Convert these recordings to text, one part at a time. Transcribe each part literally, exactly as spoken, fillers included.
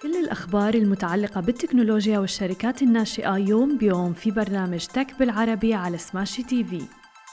كل الأخبار المتعلقة بالتكنولوجيا والشركات الناشئة يوم بيوم في برنامج تك بالعربي على سماشي تي في.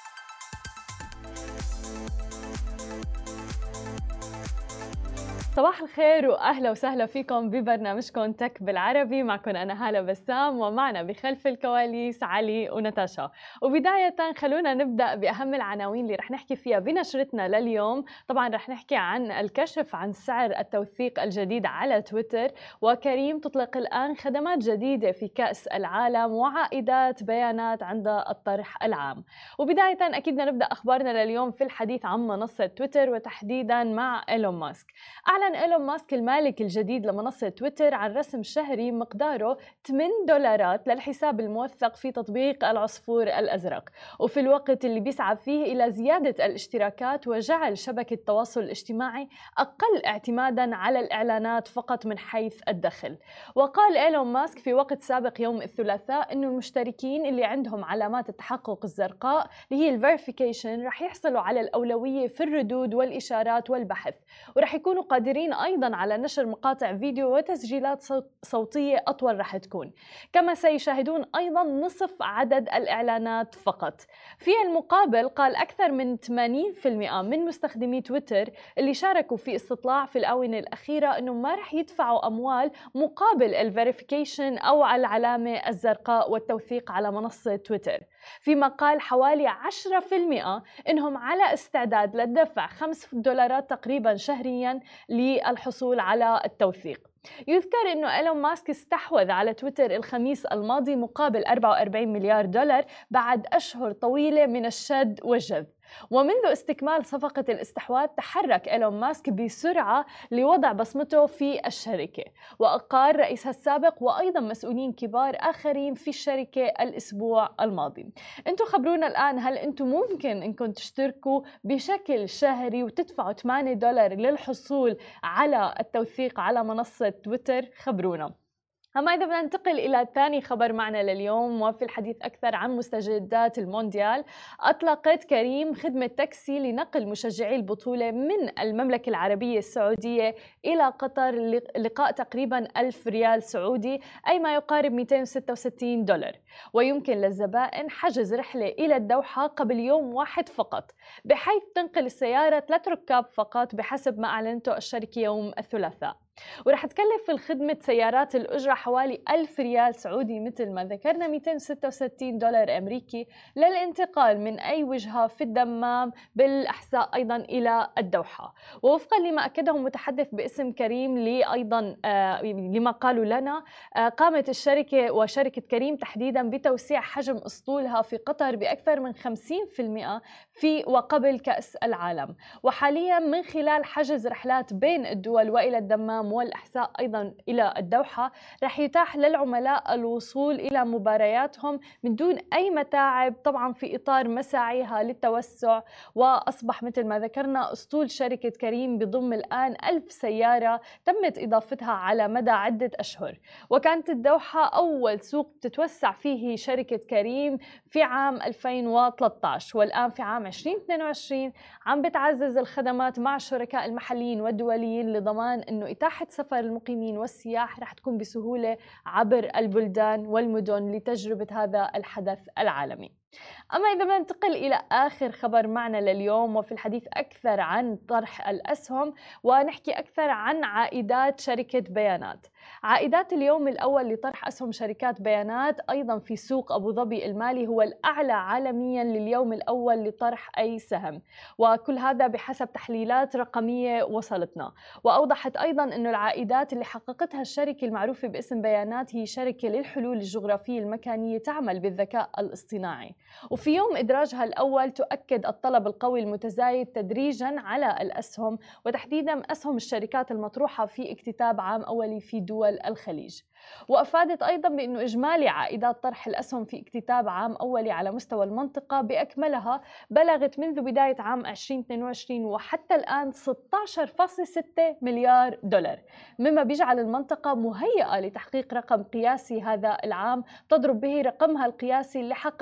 صباح الخير واهلا وسهلا فيكم ببرنامجكم تك بالعربي. معكم انا هالة بسام ومعنا بخلف الكواليس علي ونتاشا. وبداية خلونا نبدا باهم العناوين اللي رح نحكي فيها بنشرتنا لليوم. طبعا رح نحكي عن الكشف عن سعر التوثيق الجديد على تويتر، وكريم تطلق الان خدمات جديدة في كأس العالم، وعائدات بيانات عند الطرح العام. وبداية اكيد بدنا نبدا اخبارنا لليوم في الحديث عن منصة تويتر وتحديدا مع إيلون ماسك. أعلن إيلون ماسك المالك الجديد لمنصة تويتر عن رسم شهري مقداره ثمانية دولارات للحساب الموثق في تطبيق العصفور الأزرق، وفي الوقت اللي بيسعى فيه إلى زيادة الاشتراكات وجعل شبكة التواصل الاجتماعي أقل اعتماداً على الإعلانات فقط من حيث الدخل. وقال إيلون ماسك في وقت سابق يوم الثلاثاء إنه المشتركين اللي عندهم علامات التحقق الزرقاء اللي هي الفيريفيكيشن رح يحصلوا على الأولوية في الردود والإشارات والبحث، ورح يكونوا قادرين أيضاً على نشر مقاطع فيديو وتسجيلات صوتية أطول رح تكون. كما سيشاهدون أيضاً نصف عدد الإعلانات فقط. في المقابل قال أكثر من ثمانين بالمئة من مستخدمي تويتر اللي شاركوا في استطلاع في الآونة الأخيرة أنه ما رح يدفعوا أموال مقابل الفيريفيكيشن أو العلامة الزرقاء والتوثيق على منصة تويتر، فيما قال حوالي عشرة بالمئة إنهم على استعداد للدفع خمس دولارات تقريباً شهرياً للحصول على التوثيق. يذكر أنه إيلون ماسك استحوذ على تويتر الخميس الماضي مقابل أربعة وأربعين مليار دولار بعد أشهر طويلة من الشد والجذب. ومنذ استكمال صفقة الاستحواذ تحرك إيلون ماسك بسرعة لوضع بصمته في الشركة، وأقر رئيسها السابق وأيضا مسؤولين كبار آخرين في الشركة الأسبوع الماضي. أنتم خبرونا الآن، هل أنتم ممكن أنكم تشتركوا بشكل شهري وتدفعوا ثمانية دولار للحصول على التوثيق على منصة تويتر؟ خبرونا. أما إذا بدنا ننتقل إلى ثاني خبر معنا لليوم وفي الحديث أكثر عن مستجدات المونديال، أطلقت كريم خدمة تاكسي لنقل مشجعي البطولة من المملكة العربية السعودية إلى قطر لقاء تقريبا ألف ريال سعودي، أي ما يقارب مئتين وستة وستين دولار. ويمكن للزبائن حجز رحلة إلى الدوحة قبل يوم واحد فقط، بحيث تنقل السيارة ثلاث ركاب فقط بحسب ما أعلنته الشركة يوم الثلاثاء. ورح تكلف الخدمة سيارات الأجرة حوالي ألف ريال سعودي مثل ما ذكرنا مئتين وستة وستين دولار أمريكي للانتقال من أي وجهة في الدمام بالأحساء أيضا إلى الدوحة. ووفقا لما أكده متحدث باسم كريم لي أيضا آه لما قالوا لنا، آه قامت الشركة وشركة كريم تحديدا بتوسيع حجم أسطولها في قطر بأكثر من خمسين بالمئة في وقبل كأس العالم. وحاليا من خلال حجز رحلات بين الدول وإلى الدمام والأحساء أيضا إلى الدوحة رح يتاح للعملاء الوصول إلى مبارياتهم من دون أي متاعب، طبعا في إطار مساعيها للتوسع. وأصبح مثل ما ذكرنا أسطول شركة كريم بضم الآن ألف سيارة تمت إضافتها على مدى عدة أشهر. وكانت الدوحة أول سوق تتوسع فيه شركة كريم في عام ألفين وثلاثة عشر، والآن في عام ألفين واثنين وعشرين عم بتعزز الخدمات مع الشركاء المحليين والدوليين لضمان أنه إتاحة سفر المقيمين والسياح رح تكون بسهولة عبر البلدان والمدن لتجربة هذا الحدث العالمي. أما إذا بننتقل إلى آخر خبر معنا لليوم وفي الحديث أكثر عن طرح الأسهم، ونحكي أكثر عن عائدات شركة بيانات. عائدات اليوم الأول لطرح أسهم شركات بيانات أيضا في سوق أبو ظبي المالي هو الأعلى عالميا لليوم الأول لطرح أي سهم، وكل هذا بحسب تحليلات رقمية وصلتنا. وأوضحت أيضا أن العائدات اللي حققتها الشركة المعروفة باسم بيانات هي شركة للحلول الجغرافية المكانية تعمل بالذكاء الاصطناعي. وفي يوم إدراجها الأول تؤكد الطلب القوي المتزايد تدريجاً على الأسهم، وتحديداً أسهم الشركات المطروحة في اكتتاب عام أولي في دول الخليج. وأفادت أيضاً بأنه إجمالي عائدات طرح الأسهم في اكتتاب عام أولي على مستوى المنطقة بأكملها بلغت منذ بداية عام ألفين واثنين وعشرين وحتى الآن ستة عشر فاصلة ستة مليار دولار، مما بيجعل المنطقة مهيئة لتحقيق رقم قياسي هذا العام تضرب به رقمها القياسي اللي حققته بعام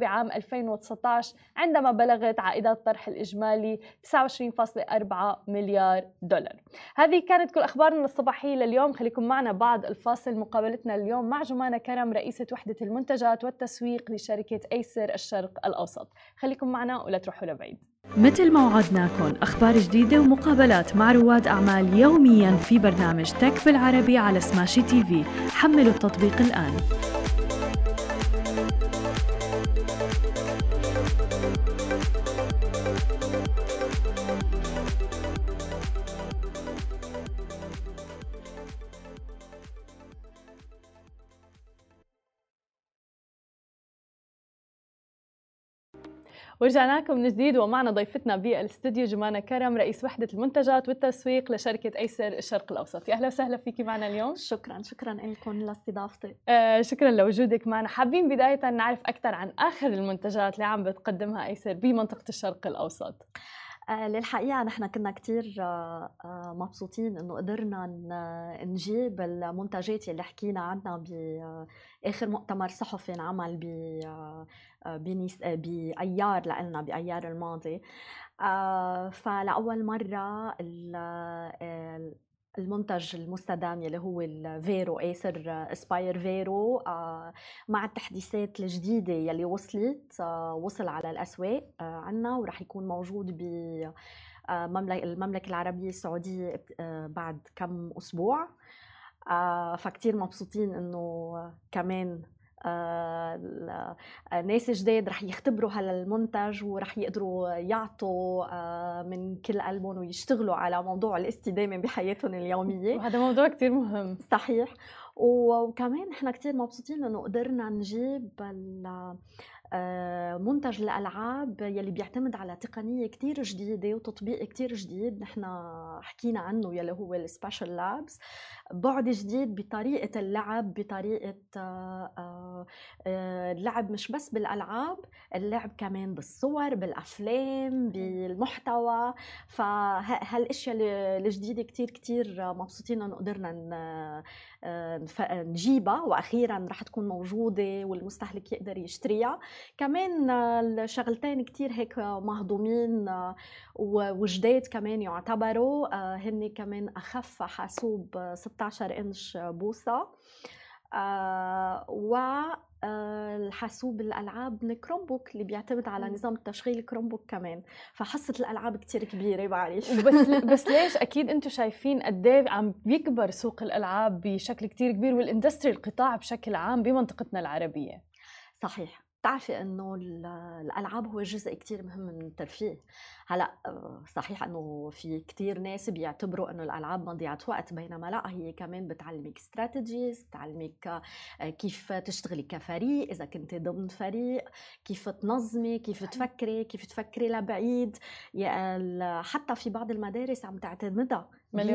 بعام ألفين وتسعة عشر عندما بلغت عائدات طرح الإجمالي تسعة وعشرين فاصلة أربعة مليار دولار. هذه كانت كل أخبارنا الصباحية لليوم. خليكم معنا بعد الفاصل مقابلتنا اليوم مع جمانة كرم رئيسة وحدة المنتجات والتسويق لشركة أيسر الشرق الأوسط. خليكم معنا ولا تروحوا لبعيد. مثل ما وعدناكم أخبار جديدة ومقابلات مع رواد أعمال يومياً في برنامج تك بالعربي على سماشي تي في. حملوا التطبيق الآن. ورجعنا لكم من جديد ومعنا ضيفتنا بالاستوديو جمانة كرم رئيس وحدة المنتجات والتسويق لشركة أيسر الشرق الأوسط. يا أهلا وسهلا فيكي معنا اليوم. شكرا شكرا لكم لاستضافتي. آه شكرا لوجودك معنا. حابين بداية نعرف أكثر عن آخر المنتجات اللي عم بتقدمها أيسر بمنطقة الشرق الأوسط. آه للحقيقة نحن كنا كتير آه آه مبسوطين إنه قدرنا نجيب المنتجات اللي حكينا عنها بآخر مؤتمر صحفي انعمل ب بأيار لنا بأيار الماضي. آه فلأول مرة المنتج المستدام اللي هو الفيرو أيسر اسباير فيرو آه مع التحديثات الجديدة يلي وصلت آه وصل على الأسواق آه عنا ورح يكون موجود ب المملكة العربية السعودية آه بعد كم أسبوع. آه فكتير مبسوطين إنه كمان آه ناس جداد رح يختبروا هالمنتج ورح يقدروا يعطوا آه من كل قلبهم ويشتغلوا على موضوع الاستدامة بحياتهم اليومية، وهذا موضوع كتير مهم. صحيح. وكمان احنا كتير مبسوطين انه قدرنا نجيب منتج الألعاب يلي بيعتمد على تقنية كتير جديدة وتطبيق كتير جديد نحن حكينا عنه يلي هو السبيشال لابس. بعد جديد بطريقة اللعب، بطريقة اللعب مش بس بالألعاب، اللعب كمان بالصور، بالأفلام، بالمحتوى. فهالاشياء الجديدة كتير كتير مبسوطين انه قدرنا نجيبها واخيرا رح تكون موجودة والمستهلك يقدر يشتريها. كمان الشغلتين كتير هيك مهضومين وجداد كمان يعتبروا هن كمان أخف حاسوب ستة عشر إنش بوصة والحاسوب الألعاب من كرومبوك اللي بيعتمد على نظام التشغيل كرومبوك كمان. فحصة الألعاب كتير كبيرة بعرف. بس بس ليش أكيد أنتم شايفين قد ايه عم بيكبر سوق الألعاب بشكل كتير كبير والاندستري القطاع بشكل عام بمنطقتنا العربية. صحيح. تعرفي انه الالعاب هو جزء كتير مهم من الترفيه. هلا صحيح انه في كتير ناس بيعتبروا انه الالعاب مضيعه وقت، بينما لا، هي كمان بتعلمك استراتيجيز، بتعلمك كيف تشتغلي كفريق اذا كنت ضمن فريق، كيف تنظمي، كيف تفكري، كيف تفكري لبعيد. حتى في بعض المدارس عم تعتمدها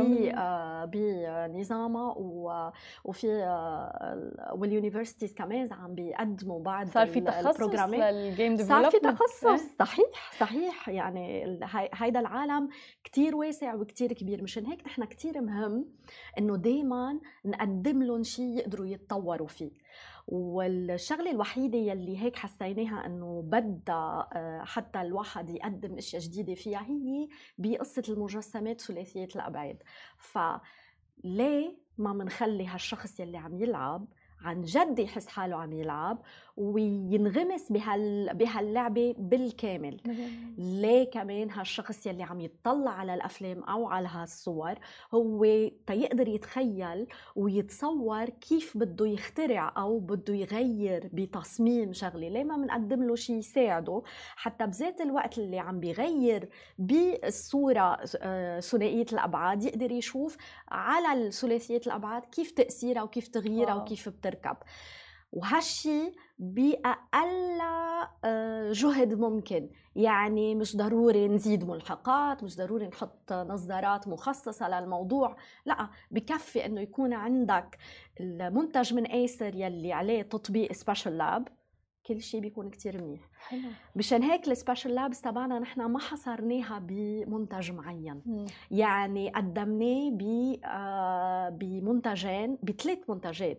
بنظامها، وفي واليونيفرسيتيز كمان عم بيقدموا بعض صار في تخصص للجيم ديفلوبمنت. صار في تخصص. صحيح صحيح. يعني هيدا العالم كتير واسع وكتير كبير، مشان هيك نحن كتير مهم انه دايما نقدم لهم شيء يقدروا يتطوروا فيه. والشغله الوحيده يلي هيك حسيناها انه بدها حتى الواحد يقدم اشياء جديده فيها هي بقصه المجسمات ثلاثيه الابعاد. فليه ما منخلي هالشخص يلي عم يلعب عن جد يحس حاله عم يلعب وينغمس بهال بهاللعبه بالكامل؟ ليه كمان هالشخص يلي عم يتطلع على الافلام او على هالصور هو تيقدر يتخيل ويتصور كيف بده يخترع او بده يغير بتصميم شغله؟ ليه ما بنقدم له شيء يساعده حتى بذات الوقت اللي عم بيغير بالصوره ثنائيه الابعاد يقدر يشوف على الثلاثيه الابعاد كيف تاثيرها وكيف تغييرها وكيف بتركب؟ وهالشي بأقل جهد ممكن. يعني مش ضروري نزيد ملحقات، مش ضروري نحط نظارات مخصصة للموضوع، لا، بكفي انه يكون عندك المنتج من أيسر يلي عليه تطبيق سبيشال لاب، كل شيء بيكون كتير منيح. حلو. مشان هيك السبيشال لابس تبعنا نحن ما حصرناها بمنتج معين. م. يعني قدمناه بمنتجين، بثلاث منتجات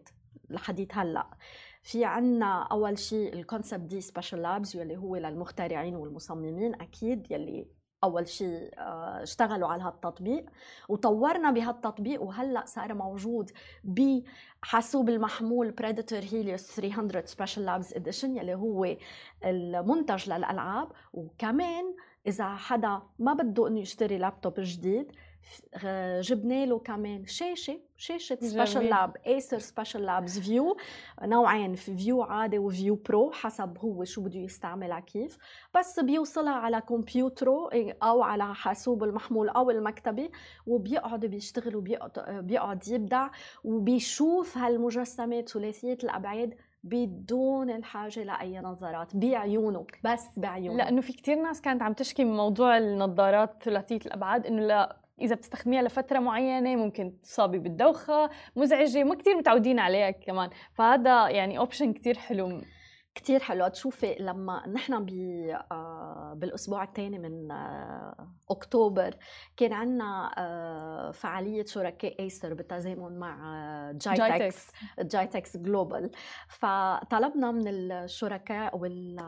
لحديت هلا. في عنا اول شيء الكونسبت دي سبيشال لابز يلي هو للمخترعين والمصممين اكيد، يلي اول شيء اشتغلوا على هالتطبيق وطورنا بهالتطبيق، وهلا صار موجود بحاسوب المحمول بريديتور هيليوس ثلاثمية سبيشال لابز اديشن يلي هو المنتج للالعاب. وكمان اذا حدا ما بده انه يشتري لابتوب جديد جبنا له كمان شاشه شاشه سبيشال لاب ايسر سبيشال لابز فيو، نوعين، في فيو عادي وفيو برو حسب هو شو بده يستعملها كيف، بس بيوصلها على كمبيوتره او على حاسوب المحمول او المكتبي، وبيقعد بيشتغل وبيقعد يبدع وبيشوف هالمجسمات ثلاثيه الابعاد بدون الحاجة لأي نظارات، بعيونه، بس بعيونه. لأنه في كتير ناس كانت عم تشكي من موضوع النظارات ثلاثية الأبعاد، إنه لا إذا بتستخدميها لفترة معينة ممكن تصابي بالدوخة، مزعجة، ما كتير متعودين عليها كمان، فهذا يعني أوبشن كتير حلو. كتير حلو. تشوفي لما نحن بالأسبوع الثاني من أكتوبر كان عنا فعالية شركاء ايسر بالتزامن مع جايتكس جايتكس جلوبال، فطلبنا من الشركاء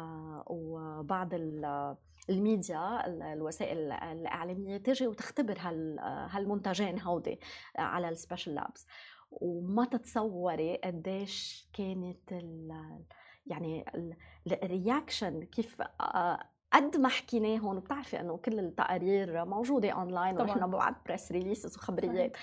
وبعض الميديا الوسائل الإعلامية تجي وتختبر هالمنتجين هودي على السبيشال لابس، وما تتصوري قديش كانت يعني الرياكشن كيف قد ما حكيناهم. وبتعرفي انه كل التقارير موجوده اونلاين ونحن ببعث بريس ريليسز وخبريات،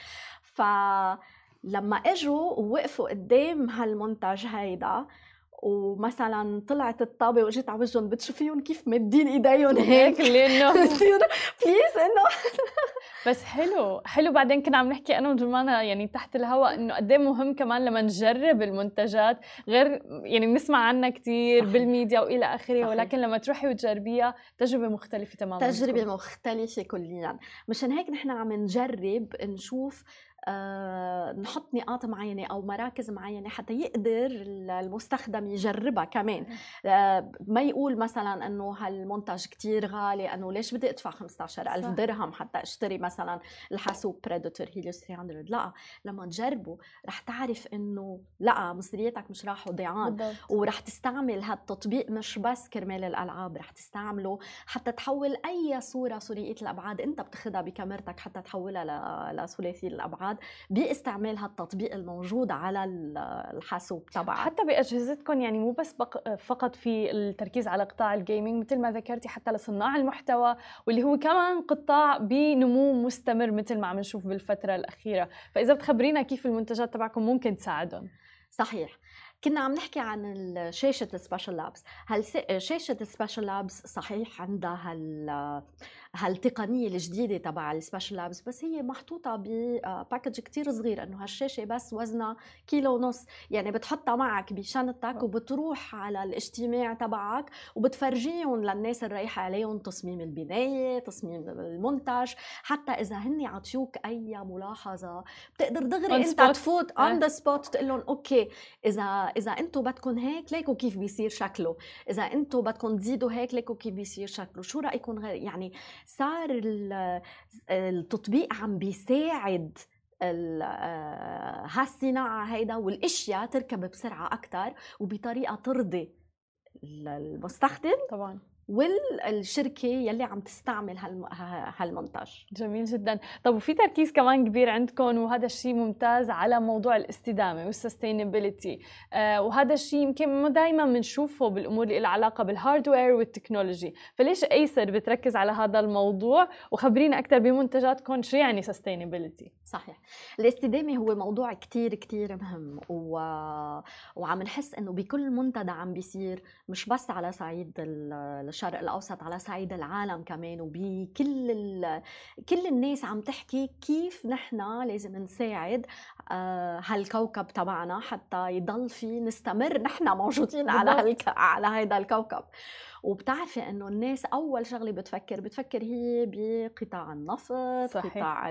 فلما اجوا ووقفوا قدام هالمنتج هيدا ومثلا طلعت الطابه وجيت على وجههم بتشوفيهم كيف مدين ايديهم هيك لانه بليز انه بس حلو حلو. بعدين كنا عم نحكي انا وجمانة يعني تحت الهواء انه قد ايه مهم كمان لما نجرب المنتجات، غير يعني بنسمع عنها كثير بالميديا والى اخره، ولكن لما تروحي وتجربيها تجربه مختلفه تماما، تجربه مختلفه كليا. مشان هيك نحن عم نجرب نشوف أه نحط نقاط معينة أو مراكز معينة حتى يقدر المستخدم يجربها كمان. أه ما يقول مثلا أنه هالمنتج كتير غالي، أنه ليش بدي أدفع خمسة عشر ألف درهم حتى أشتري مثلا الحاسوب بريديتور هيليوس ثلاثمية. لا، لما تجربه رح تعرف أنه لا، مصرياتك مش راحوا ضيعان، ورح تستعمل هالتطبيق مش بس كرمال الألعاب، رح تستعمله حتى تحول أي صورة ثلاثية الأبعاد أنت بتاخدها بكاميرتك حتى تحولها لثلاثي الأبعاد باستعمال هالتطبيق الموجود على الحاسوب تبعك. حتى بأجهزتكم يعني مو بس فقط في التركيز على قطاع الجيمنج، مثل ما ذكرتي حتى لصناع المحتوى، واللي هو كمان قطاع بنمو مستمر مثل ما عم نشوف بالفترة الأخيرة. فإذا بتخبرينا كيف المنتجات تبعكم ممكن تساعدهم. صحيح. كنا عم نحكي عن شاشة السبيشال لابس. هل شاشة السبيشال لابس صحيح عندها هال هالتقنية الجديدة تبع السبيشال لابس، بس هي محطوطة بباكج كتير صغير، انه هالشاشة بس وزنها كيلو ونص، يعني بتحطها معك بشنطتك وبتروح على الاجتماع تبعك وبتفرجيهم للناس اللي رايحة عليهم تصميم البناية، تصميم المنتج، حتى إذا هني عطيوك أي ملاحظة بتقدر دغري انت تفوت on the spot تقول لهم اوكي، إذا إذا أنتوا بدكم هيك ليكوا كيف بيصير شكله، إذا أنتوا بدكم تزيدوا هيك ليكوا كيف بيصير شكله، شو رأيكم غير. يعني صار التطبيق عم بيساعد هالصناعة هيدا، والاشياء تركب بسرعة أكتر وبطريقة ترضي المستخدم طبعا والشركة يلي عم تستعمل هالمنتج. جميل جدا. طب وفي تركيز كمان كبير عندكم، وهذا الشيء ممتاز، على موضوع الاستدامة والسستينابيليتي، آه وهذا الشيء يمكن ما دايما بنشوفه بالأمور اللي لها علاقة بالهاردوير والتكنولوجي، فليش ايسر بتركز على هذا الموضوع؟ وخبرينا أكثر بمنتجاتكم شو يعني سستينابيليتي. صحيح. الاستدامة هو موضوع كتير كتير مهم، و... وعم نحس انه بكل منتدى عم بيصير، مش بس على صعيد الشرق الأوسط، على صعيد العالم كمان، وبكل ال... كل الناس عم تحكي كيف نحن لازم نساعد آه هالكوكب تبعنا حتى يضل في نستمر نحن موجودين على هالك... على هيدا الكوكب. وبتعرفي انه الناس اول شغله بتفكر بتفكر هي بقطاع النفط، صحيح. قطاع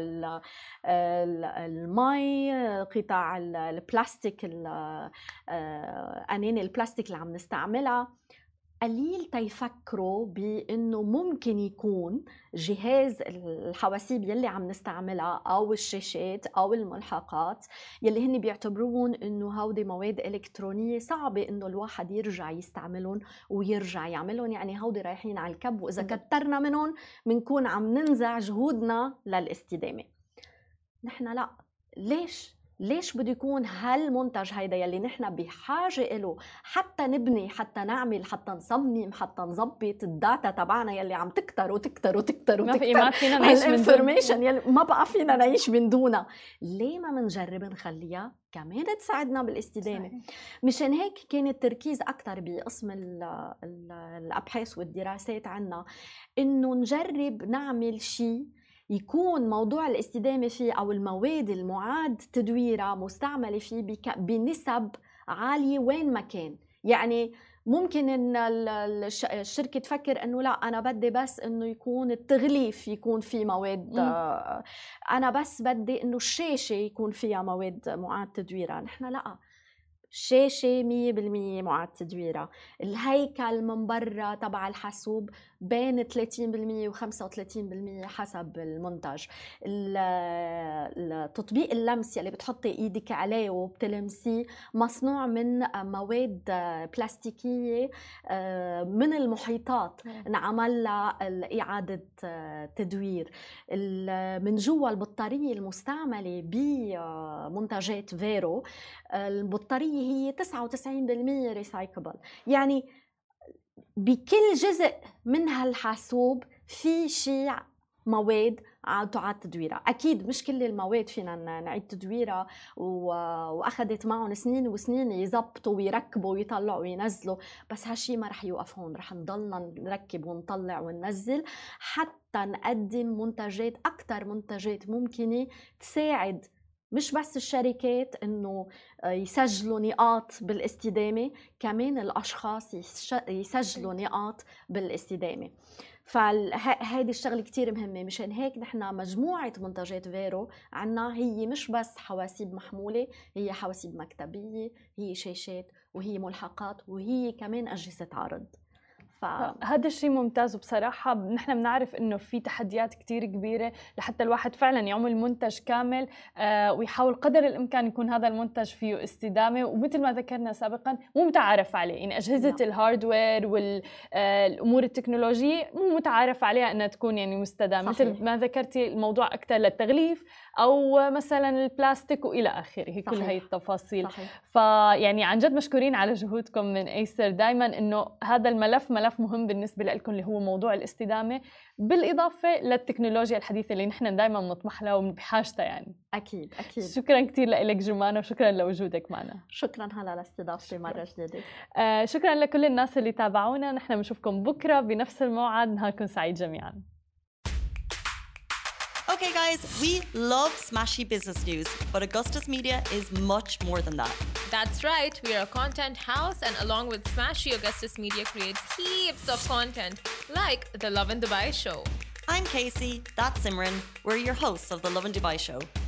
المي، قطاع البلاستيك، انين البلاستيك اللي عم نستعملها. قليل تيفكروا بأنه ممكن يكون جهاز الحواسيب يلي عم نستعملها أو الشاشات أو الملحقات يلي هن بيعتبرون أنه هودي مواد إلكترونية صعبة أنه الواحد يرجع يستعملهم ويرجع يعملهم، يعني هودي رايحين على الكب، وإذا كترنا منهم منكون عم ننزع جهودنا للاستدامة. نحن لا، ليش؟ ليش بده يكون هالمنتج هيدا يلي نحن بحاجة إله حتى نبني، حتى نعمل، حتى نصمم، حتى نظبط الداتا تبعنا يلي عم تكتر وتكتر وتكتر وتكتر، ما في ما فينا نعيش من دون يلي ما بقى فينا نعيش من دونها. ليه ما منجرب نخليها كمان تساعدنا بالاستدامة؟ صحيح. مشان هيك كان التركيز أكتر بقسم الأبحاث والدراسات عنا إنه نجرب نعمل شيء يكون موضوع الاستدامة فيه أو المواد المعاد تدويرها مستعملة فيه بنسب عالية وين ما كان. يعني ممكن إن الشركة تفكر إنه لا أنا بدي بس إنه يكون التغليف يكون فيه مواد، م. أنا بس بدي إنه الشاشة يكون فيها مواد معاد تدويرها. نحن لا، شاشة مية بالمية معاد تدويرها، الهيكل من برا تبع الحاسوب بين ثلاثين بالمية وخمسة وثلاثين بالمية حسب المنتج. التطبيق اللمس يلي بتحطي ايدك عليه وبتلمسيه مصنوع من مواد بلاستيكية من المحيطات انعمل لها إعادة تدوير. من جوا البطارية المستعملة بمنتجات فيرو، البطارية هي تسعة وتسعين بالمية ريسايكبل، يعني بكل جزء من هالحاسوب في شيء مواد تعاد تدويرها. أكيد مش كل المواد فينا نعيد تدويرها، وأخذت معهم سنين وسنين يزبطوا ويركبوا ويطلعوا وينزلوا، بس هالشي ما رح يوقف هون، رح نضلنا نركب ونطلع وننزل حتى نقدم منتجات أكتر، منتجات ممكنة تساعد مش بس الشركات إنه يسجلوا نقاط بالاستدامة، كمان الأشخاص يسجلوا نقاط بالاستدامة. فهذه الشغلة كتير مهمة. مشان هيك نحن مجموعة منتجات فيرو عنا هي مش بس حواسيب محمولة، هي حواسيب مكتبية، هي شاشات، وهي ملحقات، وهي كمان أجهزة عرض. هذا الشيء ممتاز. وبصراحة نحن بنعرف إنه في تحديات كتير كبيرة لحتى الواحد فعلا يعمل منتج كامل، آه ويحاول قدر الإمكان يكون هذا المنتج فيه استدامة، ومثل ما ذكرنا سابقا مو متعارف عليه، يعني أجهزة لا. الهاردوير والأمور التكنولوجية مو متعارف عليها أنها تكون يعني مستدامة، مثل ما ذكرتي الموضوع أكتر للتغليف أو مثلا البلاستيك وإلى آخره، كل هاي التفاصيل. صحيح. فيعني عن جد مشكورين على جهودكم من أيسر دايما، إنه هذا الملف ملف مهم بالنسبة لكم اللي هو موضوع الاستدامة، بالإضافة للتكنولوجيا الحديثة اللي نحن دايما نطمح لها وبحاجتها يعني. أكيد أكيد. شكرا كتير لك جمانة، وشكرا لوجودك معنا. شكرا هلا لاستضافتي مرة جديدة. آه شكرا لكل الناس اللي تابعونا، نحن بنشوفكم بكرة بنفس الموعد، نهاركم سعيد جميعا. Okay guys, we love smashy business news, but Augustus Media is much more than that. That's right, we are a content house, and along with Smashy, Augustus Media creates heaps of content, like the Lovin Dubai Show. I'm Casey, that's Simran, we're your hosts of the Lovin Dubai Show.